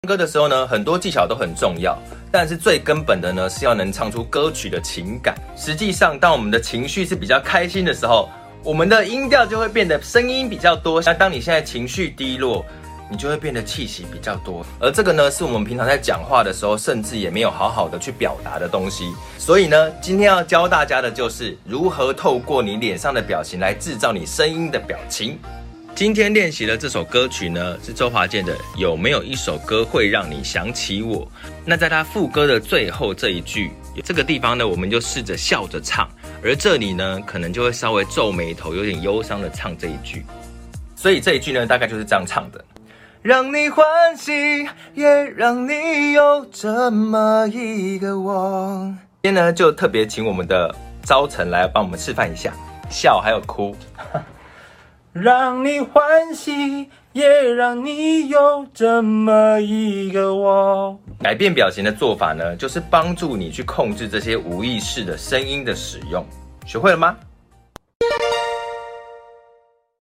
唱歌的时候呢，很多技巧都很重要，但是最根本的呢，是要能唱出歌曲的情感。实际上，当我们的情绪是比较开心的时候，我们的音调就会变得声音比较多。那当你现在情绪低落，你就会变得气息比较多。而这个呢，是我们平常在讲话的时候，甚至也没有好好的去表达的东西。所以呢，今天要教大家的就是如何透过你脸上的表情来制造你声音的表情。今天练习的这首歌曲呢，是周华健的《有没有一首歌会让你想起我》。那在他副歌的最后这一句，这个地方呢，我们就试着笑着唱，而这里呢，可能就会稍微皱眉头，有点忧伤的唱这一句。所以这一句呢，大概就是这样唱的：让你欢喜，也让你有这么一个我。今天呢，就特别请我们的招晨来帮我们示范一下笑还有哭。 让你欢喜，也让你有这么一个我。 改变表情的做法呢，就是帮助你去控制这些无意识的声音的使用。学会了吗？